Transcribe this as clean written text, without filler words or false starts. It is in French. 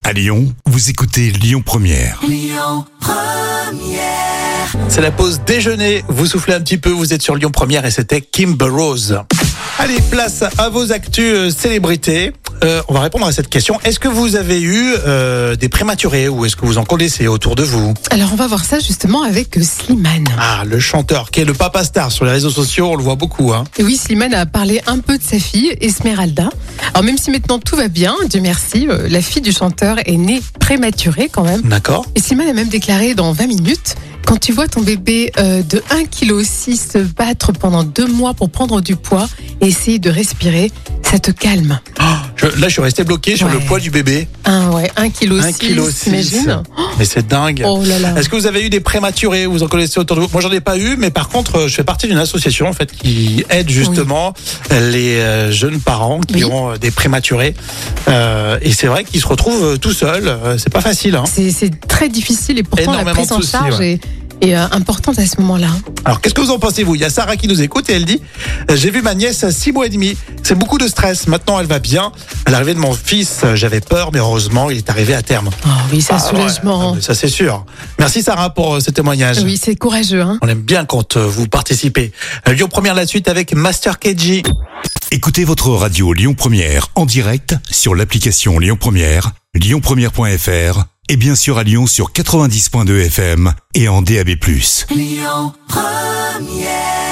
À Lyon, vous écoutez Lyon Première. C'est la pause déjeuner. Vous soufflez un petit peu, vous êtes sur Lyon Première et c'était Kim Burrows. Allez, place à vos actus célébrités. On va répondre à cette question. Est-ce que vous avez eu des prématurés ou est-ce que vous en connaissez autour de vous? Alors on va voir ça justement avec Slimane. Ah, le chanteur qui est le papa star sur les réseaux sociaux, on le voit beaucoup. Et oui, Slimane a parlé un peu de sa fille, Esmeralda. Alors même si maintenant tout va bien, Dieu merci, la fille du chanteur est née prématurée quand même. D'accord. Et Slimane a même déclaré dans 20 minutes, quand tu vois ton bébé de 1,6 kg se battre pendant 2 mois pour prendre du poids et essayer de respirer, ça te calme. Là, je suis resté bloqué sur le poids du bébé. 1,6 kg, t'imagines? Mais c'est dingue. Oh là là. Est-ce que vous avez eu des prématurés? Vous en connaissez autour de vous? Moi, j'en ai pas eu, mais par contre, je fais partie d'une association en fait qui aide justement les jeunes parents qui ont des prématurés. Et c'est vrai qu'ils se retrouvent tout seuls. C'est pas facile. C'est très difficile et pourtant la prise en charge est importante à ce moment-là. Alors, qu'est-ce que vous en pensez, vous? Il y a Sarah qui nous écoute et elle dit « J'ai vu ma nièce à 6 mois et demi. C'est beaucoup de stress. Maintenant, elle va bien. À l'arrivée de mon fils, j'avais peur, mais heureusement, il est arrivé à terme. » Oh oui, c'est un soulagement. Ça, c'est sûr. Merci, Sarah, pour ce témoignage. Oui, c'est courageux. On aime bien quand vous participez. Lyon Première, la suite avec Master KG. Écoutez votre radio Lyon Première en direct sur l'application Lyon Première, lyonpremière.fr et bien sûr à Lyon sur 90.2 FM et en DAB+. Lyon Première.